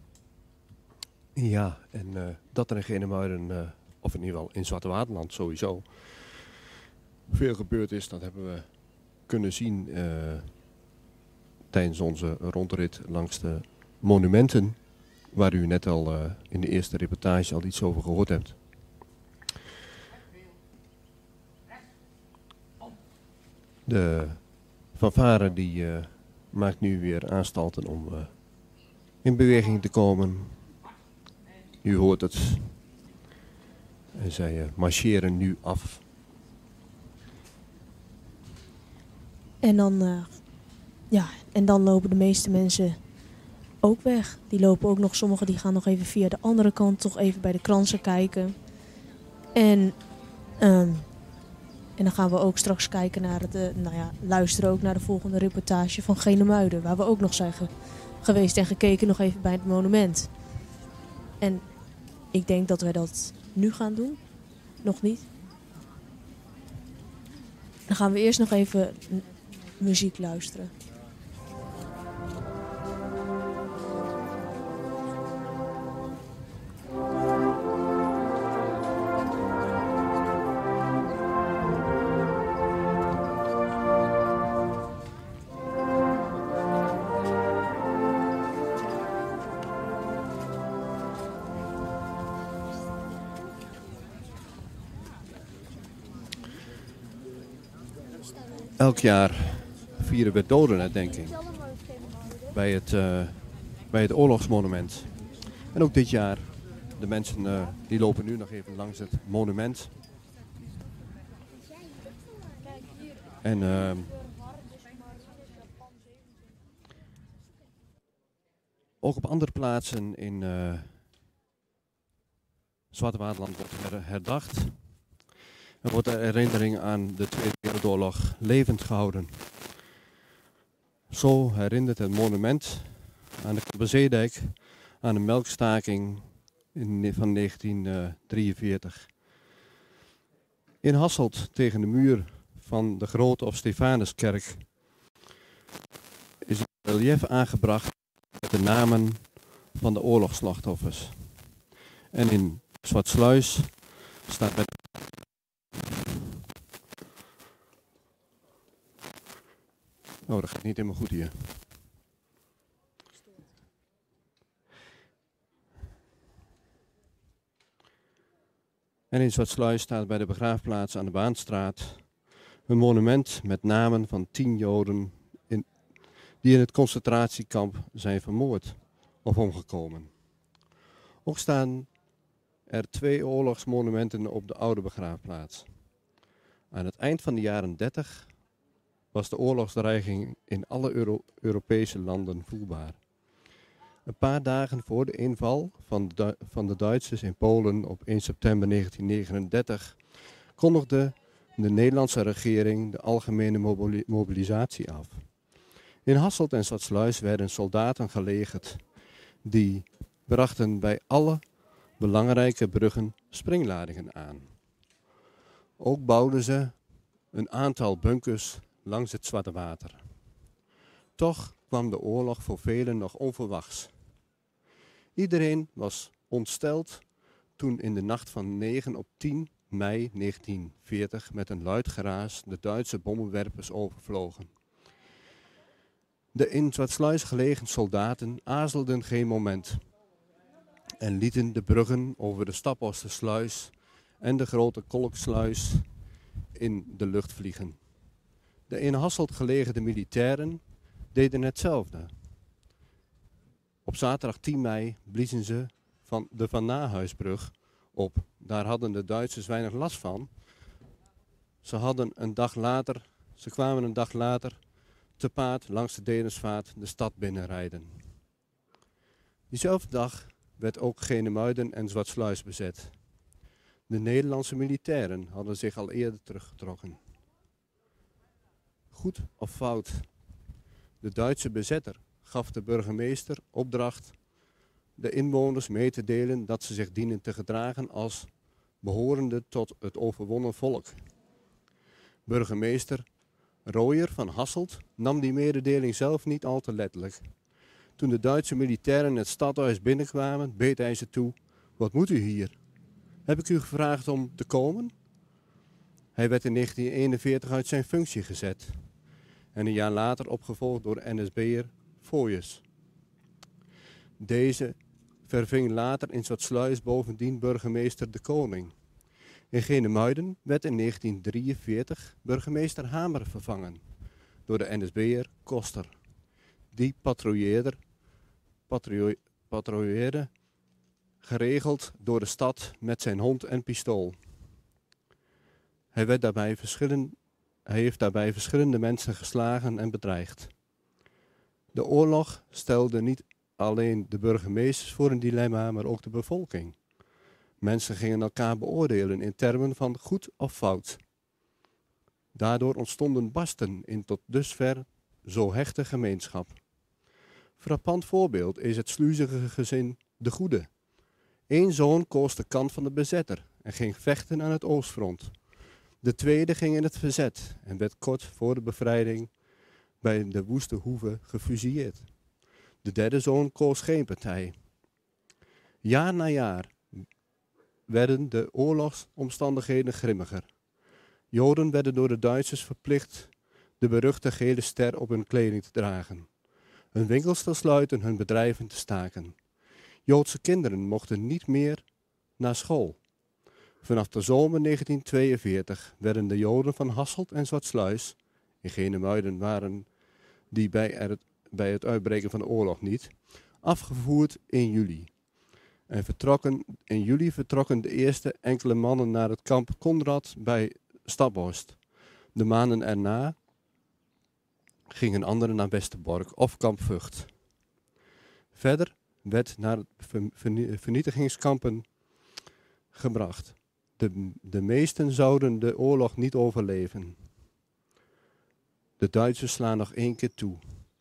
Ja, en uh, dat er in Genemuiden, uh, of in ieder geval in Zwarte Waterland sowieso, veel gebeurd is, dat hebben we kunnen zien uh, tijdens onze rondrit langs de monumenten, waar u net al uh, in de eerste reportage al iets over gehoord hebt. De fanfare die uh, maakt nu weer aanstalten om uh, in beweging te komen. U hoort het. En zij uh, marcheren nu af. En dan, uh, ja, en dan lopen de meeste mensen ook weg. Die lopen ook nog, sommigen die gaan nog even via de andere kant toch even bij de kransen kijken. En, um, en dan gaan we ook straks kijken naar de, nou ja, luisteren ook naar de volgende reportage van Genemuiden. Waar we ook nog zijn ge- geweest en gekeken nog even bij het monument. En ik denk dat wij dat nu gaan doen. Nog niet. Dan gaan we eerst nog even m- muziek luisteren. Elk jaar vieren we dodenherdenking bij het, uh, bij het oorlogsmonument. En ook dit jaar, de mensen uh, die lopen nu nog even langs het monument. En uh, ook op andere plaatsen in uh, Zwarte Waterland wordt her- herdacht. Er wordt de herinnering aan de Tweede Wereldoorlog levend gehouden. Zo herinnert het monument aan de Kamperzeedijk aan de melkstaking in, van negentien drieënveertig. In Hasselt tegen de muur van de Grote of Stefanuskerk is een relief aangebracht met de namen van de oorlogsslachtoffers. En in Zwartsluis staat met Oh, dat gaat niet helemaal goed hier. En in Zwartsluis staat bij de begraafplaats aan de Baanstraat een monument met namen van tien Joden in, die in het concentratiekamp zijn vermoord of omgekomen. Ook staan er twee oorlogsmonumenten op de oude begraafplaats. Aan het eind van de jaren dertig was de oorlogsdreiging in alle Euro- Europese landen voelbaar. Een paar dagen voor de inval van de, Du- van de Duitsers in Polen op één september negentien negenendertig kondigde de Nederlandse regering de algemene mobili- mobilisatie af. In Hasselt en Zwartsluis werden soldaten gelegerd die brachten bij alle belangrijke bruggen springladingen aan. Ook bouwden ze een aantal bunkers langs het Zwarte Water. Toch kwam de oorlog voor velen nog onverwachts. Iedereen was ontsteld toen in de nacht van negen op tien mei negentien veertig met een luid geraas de Duitse bommenwerpers overvlogen. De in Zwartsluis gelegen soldaten aarzelden geen moment en lieten de bruggen over de Staphorstersluis en de grote Kolksluis in de lucht vliegen. De in Hasselt gelegen militairen deden hetzelfde. Op zaterdag tien mei bliezen ze van de Van Nahuisbrug op. Daar hadden de Duitsers weinig last van. Ze, hadden een dag later, ze kwamen een dag later te paard langs de Denersvaart de stad binnenrijden. Diezelfde dag werd ook Genemuiden en Zwartsluis bezet. De Nederlandse militairen hadden zich al eerder teruggetrokken. Goed of fout? De Duitse bezetter gaf de burgemeester opdracht de inwoners mee te delen dat ze zich dienen te gedragen als behorende tot het overwonnen volk. Burgemeester Royer van Hasselt nam die mededeling zelf niet al te letterlijk. Toen de Duitse militairen het stadhuis binnenkwamen, beet hij ze toe: "Wat moet u hier? Heb ik u gevraagd om te komen?" Hij werd in negentien eenenveertig uit zijn functie gezet en een jaar later opgevolgd door N S B'er Fooyes. Deze verving later in Zwartsluis bovendien burgemeester De Koning. In Genemuiden werd in negentien drieënveertig burgemeester Hamer vervangen door de N S B'er Koster. Die patrouilleerde, patrouille, patrouilleerde geregeld door de stad met zijn hond en pistool. Hij, werd daarbij verschillen, hij heeft daarbij verschillende mensen geslagen en bedreigd. De oorlog stelde niet alleen de burgemeesters voor een dilemma, maar ook de bevolking. Mensen gingen elkaar beoordelen in termen van goed of fout. Daardoor ontstonden barsten in tot dusver zo hechte gemeenschap. Frappant voorbeeld is het sluizige gezin De Goede. Eén zoon koos de kant van de bezetter en ging vechten aan het oostfront. De tweede ging in het verzet en werd kort voor de bevrijding bij de Woeste Hoeve gefusilleerd. De derde zoon koos geen partij. Jaar na jaar werden de oorlogsomstandigheden grimmiger. Joden werden door de Duitsers verplicht de beruchte gele ster op hun kleding te dragen, hun winkels te sluiten, hun bedrijven te staken. Joodse kinderen mochten niet meer naar school. Vanaf de zomer negentien tweeënveertig werden de Joden van Hasselt en Zwartsluis, in Genemuiden waren die bij het, bij het uitbreken van de oorlog niet, afgevoerd in juli. En vertrokken, in juli vertrokken de eerste enkele mannen naar het kamp Konrad bij Staphorst. De maanden erna gingen anderen naar Westerbork of kamp Vught. Verder werd naar vernietigingskampen gebracht. De, de meesten zouden de oorlog niet overleven. De Duitsers slaan nog één keer toe.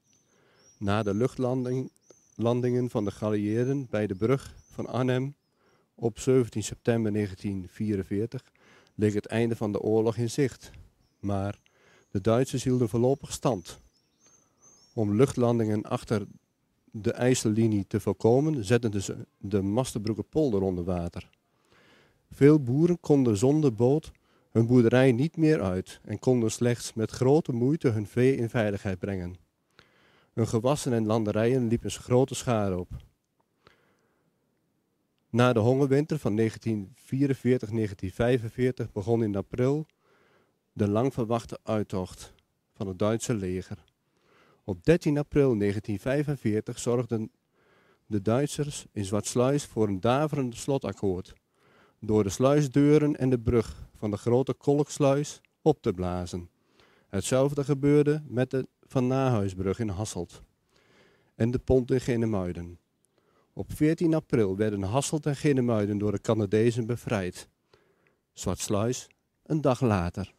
Na de luchtlandingen van de geallieerden bij de brug van Arnhem op zeventien september negentien vierenveertig leek het einde van de oorlog in zicht. Maar de Duitsers hielden voorlopig stand. Om luchtlandingen achter de IJssellinie te voorkomen, zetten ze de Masterbroekerpolder onder water. Veel boeren konden zonder boot hun boerderij niet meer uit en konden slechts met grote moeite hun vee in veiligheid brengen. Hun gewassen en landerijen liepen grote schade op. Na de hongerwinter van negentien vierenveertig tot negentien vijfenveertig begon in april de lang verwachte uittocht van het Duitse leger. Op dertien april negentien vijfenveertig zorgden de Duitsers in Zwartsluis voor een daverend slotakkoord door de sluisdeuren en de brug van de grote Kolksluis op te blazen. Hetzelfde gebeurde met de Van Nahuisbrug in Hasselt en de pont in Genemuiden. Op veertien april werden Hasselt en Genemuiden door de Canadezen bevrijd. Zwartsluis een dag later.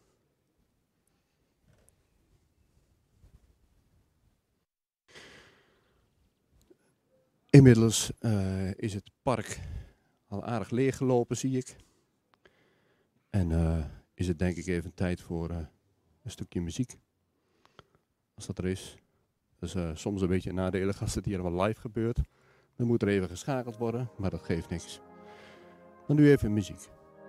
Inmiddels uh, is het park al aardig leeggelopen, zie ik. En uh, is het denk ik even tijd voor uh, een stukje muziek. Als dat er is. Dat is uh, soms een beetje nadelig als het hier wel live gebeurt. Dan moet er even geschakeld worden, maar dat geeft niks. Dan nu even muziek.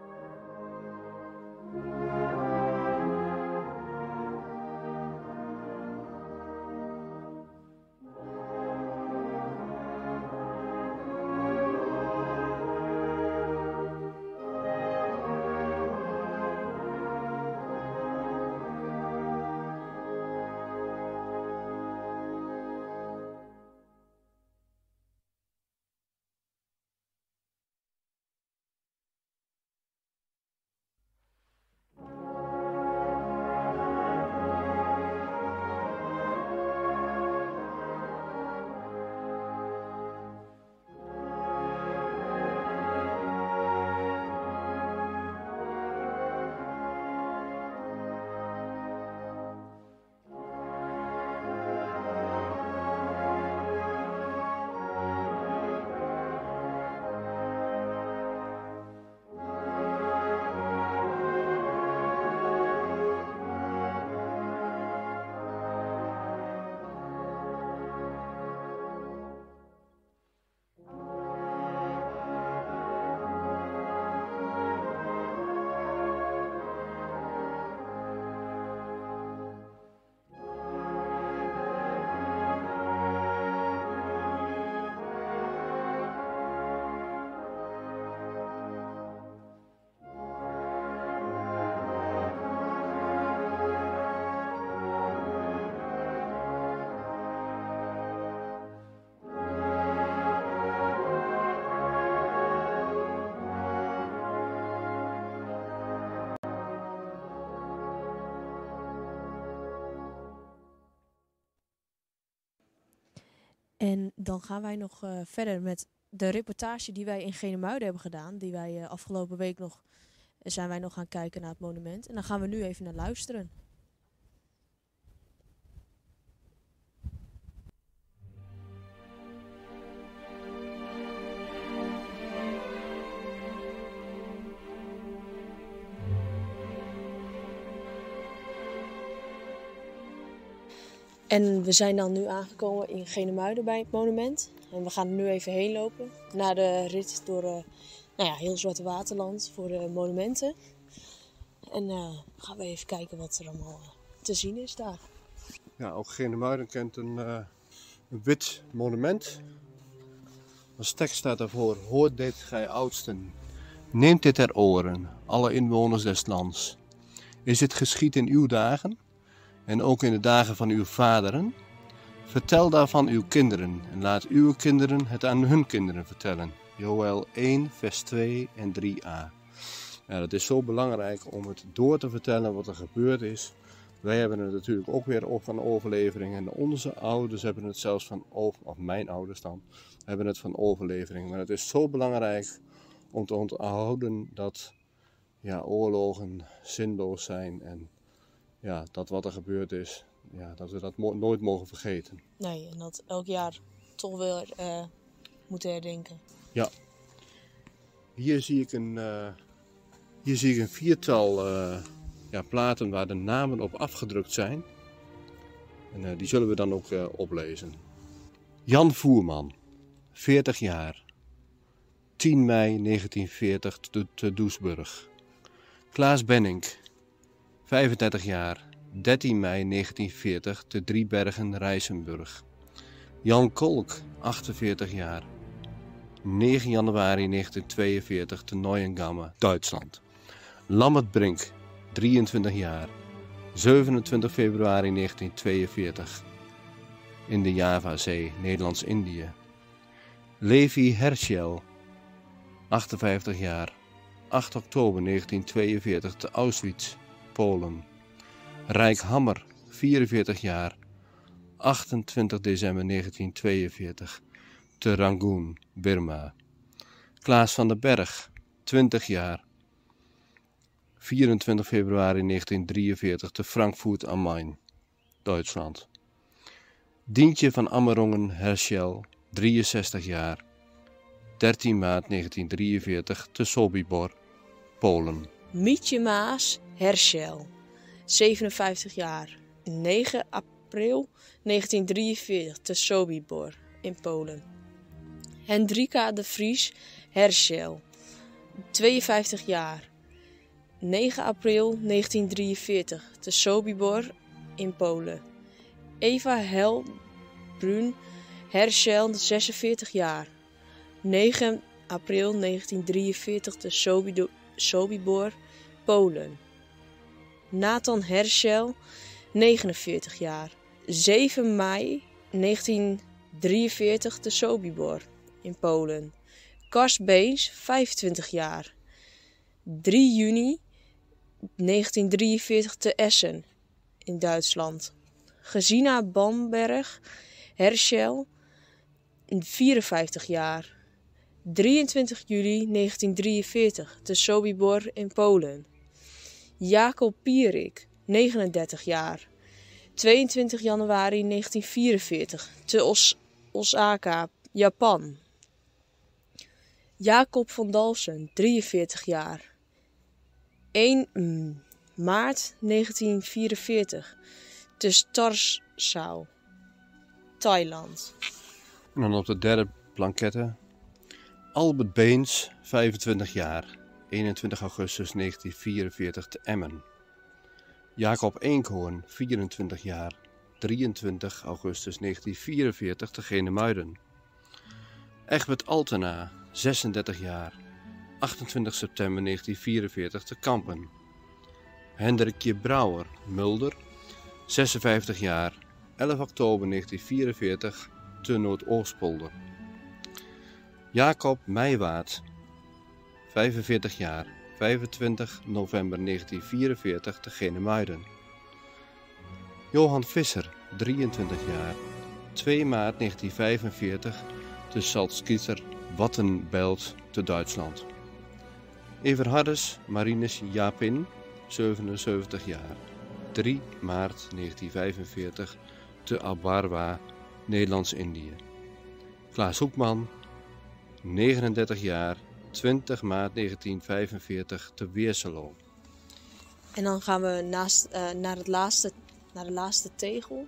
En dan gaan wij nog uh, verder met de reportage die wij in Genemuiden hebben gedaan. Die wij uh, afgelopen week nog, uh, zijn wij nog gaan kijken naar het monument. En dan gaan we nu even naar luisteren. En we zijn dan nu aangekomen in Genemuiden bij het monument. En we gaan er nu even heen lopen. Na de rit door uh, nou ja, heel Zwarte Waterland voor de monumenten. En uh, gaan we even kijken wat er allemaal uh, te zien is daar. Ja, ook Genemuiden kent een, uh, een wit monument. Als tekst staat daarvoor: hoort dit gij oudsten. Neemt dit ter oren, alle inwoners des lands. Is dit geschied in uw dagen? En ook in de dagen van uw vaderen? Vertel daarvan uw kinderen en laat uw kinderen het aan hun kinderen vertellen. Joël één, vers twee en drie a. Ja, dat is zo belangrijk om het door te vertellen wat er gebeurd is. Wij hebben het natuurlijk ook weer op van overlevering. En onze ouders hebben het zelfs van, over, of mijn ouders dan, hebben het van overlevering. Maar het is zo belangrijk om te onthouden dat ja, oorlogen zinloos zijn. En ja, dat wat er gebeurd is, ja, dat we dat mo- nooit mogen vergeten. Nee, en dat elk jaar toch weer uh, moeten herdenken. Ja. Hier zie ik een, uh, hier zie ik een viertal uh, ja, platen waar de namen op afgedrukt zijn. En uh, die zullen we dan ook uh, oplezen. Jan Voerman, veertig jaar. tien mei negentien veertig te, te Doesburg. Klaas Benink, vijfendertig jaar. dertien mei negentien veertig te Driebergen, Rijsenburg. Jan Kolk, achtenveertig jaar. negen januari negentien tweeënveertig te Neuengamme, Duitsland. Lambert Brink, drieëntwintig jaar, zevenentwintig februari negentien tweeënveertig in de Javazee, Nederlands-Indië. Levi Herschel, achtenvijftig jaar, acht oktober negentien tweeënveertig te Auschwitz, Polen. Rijk Hammer, vierenveertig jaar, achtentwintig december negentien tweeënveertig te Rangoon, Birma. Klaas van den Berg, twintig jaar, vierentwintig februari negentien drieënveertig te Frankfurt am Main, Duitsland. Dientje van Ammerongen Herschel, drieënzestig jaar, dertien maart negentien drieënveertig te Sobibor, Polen. Mietje Maas Herschel, zevenenvijftig jaar, negen april negentien drieënveertig te Sobibor in Polen. Hendrika de Vries Herschel, tweeënvijftig jaar, negen april negentien drieënveertig te Sobibor in Polen. Eva Helbrun Herschel, zesenveertig jaar, negen april negentien drieënveertig te Sobido- Sobibor, Polen. Nathan Herschel, negenenveertig jaar, zeven mei negentien drieënveertig te Sobibor in Polen. Kars Beens, vijfentwintig jaar, drie juni negentien drieënveertig te Essen in Duitsland. Gesina Bamberg Herschel, vierenvijftig jaar, drieëntwintig juli negentien drieënveertig te Sobibor in Polen. Jacob Pierik, negenendertig jaar, tweeëntwintig januari negentien vierenveertig te Os- Osaka, Japan. Jacob van Dalsen, drieënveertig jaar, één maart negentien vierenveertig te Starsau, Thailand. En dan op de derde plankette. Albert Beens, vijfentwintig jaar, eenentwintig augustus negentien vierenveertig te Emmen. Jacob Eenkhoorn, vierentwintig jaar, drieëntwintig augustus negentien vierenveertig te Genemuiden. Egbert Altena, zesendertig jaar, achtentwintig september negentien vierenveertig te Kampen. Hendrikje Brouwer, Mulder, zesenvijftig jaar, elf oktober negentien vierenveertig te Noordoostpolder. Jacob Meijwaard, vijfenveertig jaar, vijfentwintig november negentien vierenveertig te Genemuiden. Johan Visser, drieëntwintig jaar, twee maart negentien vijfenveertig te Salzgitter, Wattenbelt te Duitsland. Everhardus Marinus Japin, zevenenzeventig jaar, drie maart negentien vijfenveertig te Abarwa, Nederlands-Indië. Klaas Hoekman, negenendertig jaar, twintig maart negentien vijfenveertig te Weerselo. En dan gaan we naast, uh, naar, het laatste, naar de laatste tegel.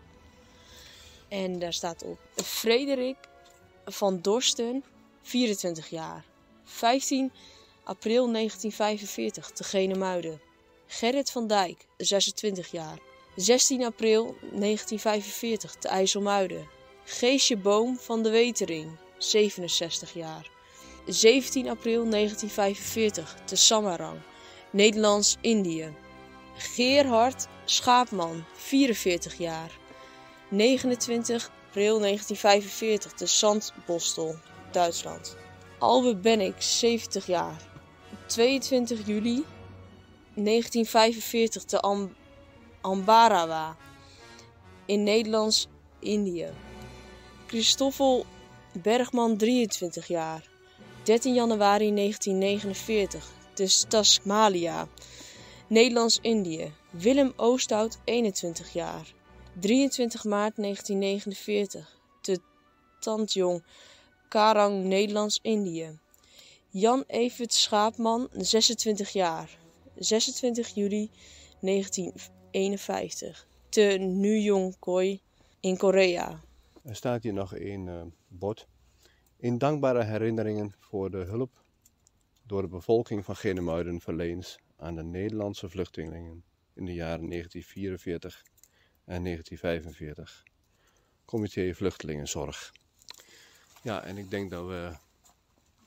En daar staat op Frederik van Dorsten, vierentwintig jaar, vijftien april negentien vijfenveertig te Genemuiden. Gerrit van Dijk, zesentwintig jaar, zestien april negentien vijfenveertig te IJsselmuiden. Geesje Boom van de Wetering, zevenenzestig jaar, zeventien april negentien vijfenveertig te Samarang, Nederlands-Indië. Gerhard Schaapman, vierenveertig jaar, negenentwintig april negentien vijfenveertig te Zandbostel, Duitsland. Albe Bennik, zeventig jaar, tweeëntwintig juli negentien vijfenveertig te Am- Ambarawa in Nederlands-Indië. Christoffel Bergman, drieëntwintig jaar, dertien januari negentien negenenveertig te Tasmalia, Nederlands-Indië. Willem Oosthout, eenentwintig jaar, drieëntwintig maart negentien negenenveertig te Tantjong, Karang, Nederlands-Indië. Jan Evert Schaapman, zesentwintig jaar, zesentwintig juli negentien eenenvijftig te Nuyongkoi in Korea. Er staat hier nog een uh, bord. In dankbare herinneringen voor de hulp door de bevolking van Genemuiden verleend aan de Nederlandse vluchtelingen in de jaren negentien vierenveertig en negentien vijfenveertig. Comité Vluchtelingenzorg. Ja, en ik denk dat we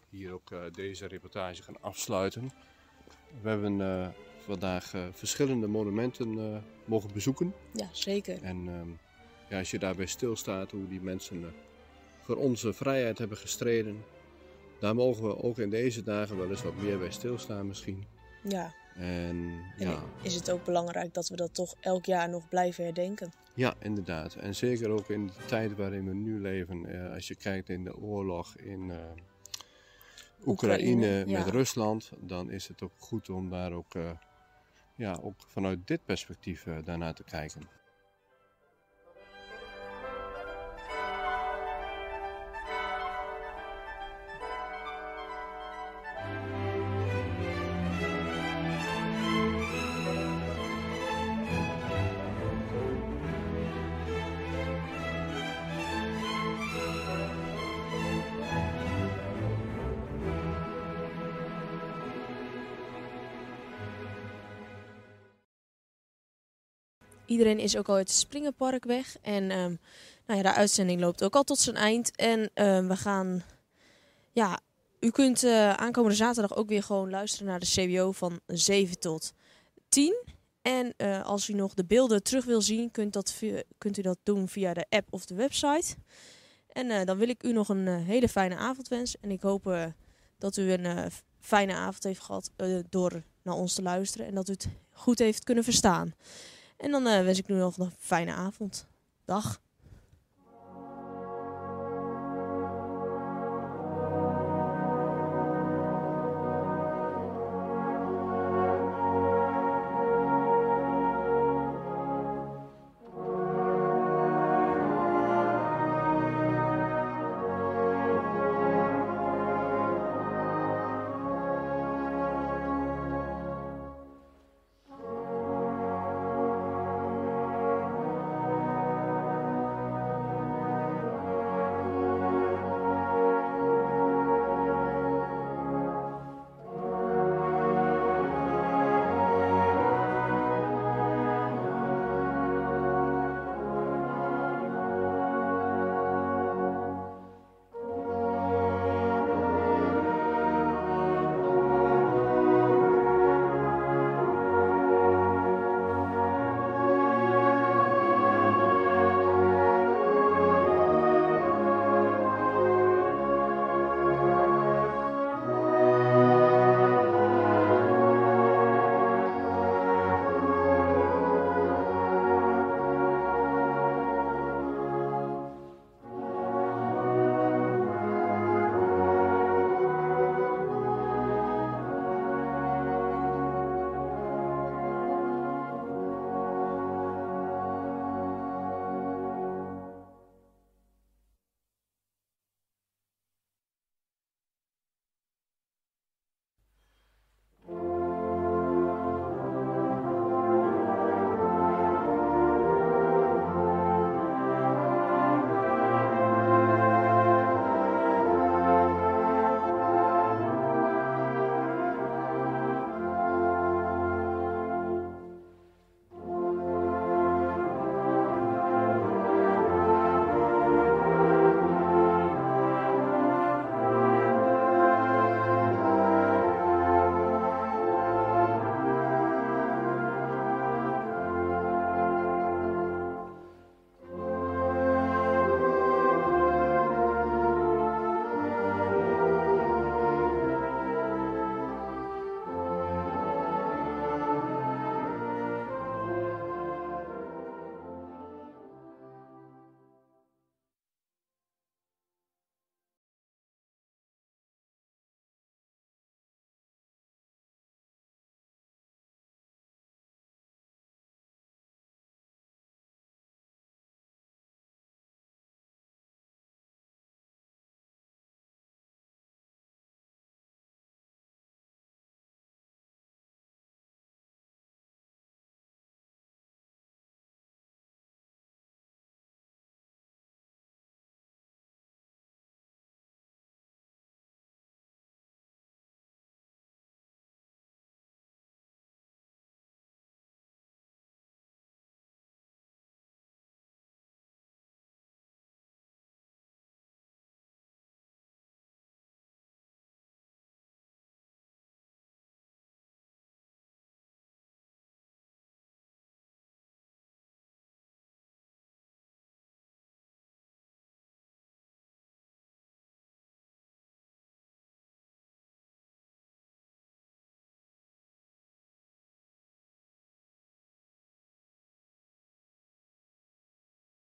hier ook uh, deze reportage gaan afsluiten. We hebben uh, vandaag uh, verschillende monumenten uh, mogen bezoeken. Ja, zeker. En uh, ja, als je daarbij stilstaat hoe die mensen uh, voor onze vrijheid hebben gestreden, daar mogen we ook in deze dagen wel eens wat meer bij stilstaan misschien. Ja. En, en ja. is het ook belangrijk dat we dat toch elk jaar nog blijven herdenken? Ja, inderdaad. En zeker ook in de tijd waarin we nu leven. Uh, als je kijkt in de oorlog in uh, Oekraïne, Oekraïne met ja. Rusland, dan is het ook goed om daar ook, uh, ja, ook vanuit dit perspectief uh, daarnaar te kijken. Iedereen is ook al uit het Springerpark weg. En um, nou ja, de uitzending loopt ook al tot zijn eind. En um, we gaan... Ja, u kunt uh, aankomende zaterdag ook weer gewoon luisteren naar de C B O van zeven tot tien. En uh, als u nog de beelden terug wil zien, kunt, dat via, kunt u dat doen via de app of de website. En uh, dan wil ik u nog een uh, hele fijne avond wensen. En ik hoop uh, dat u een uh, fijne avond heeft gehad uh, door naar ons te luisteren. En dat u het goed heeft kunnen verstaan. En dan uh, wens ik nu nog een fijne avond. Dag.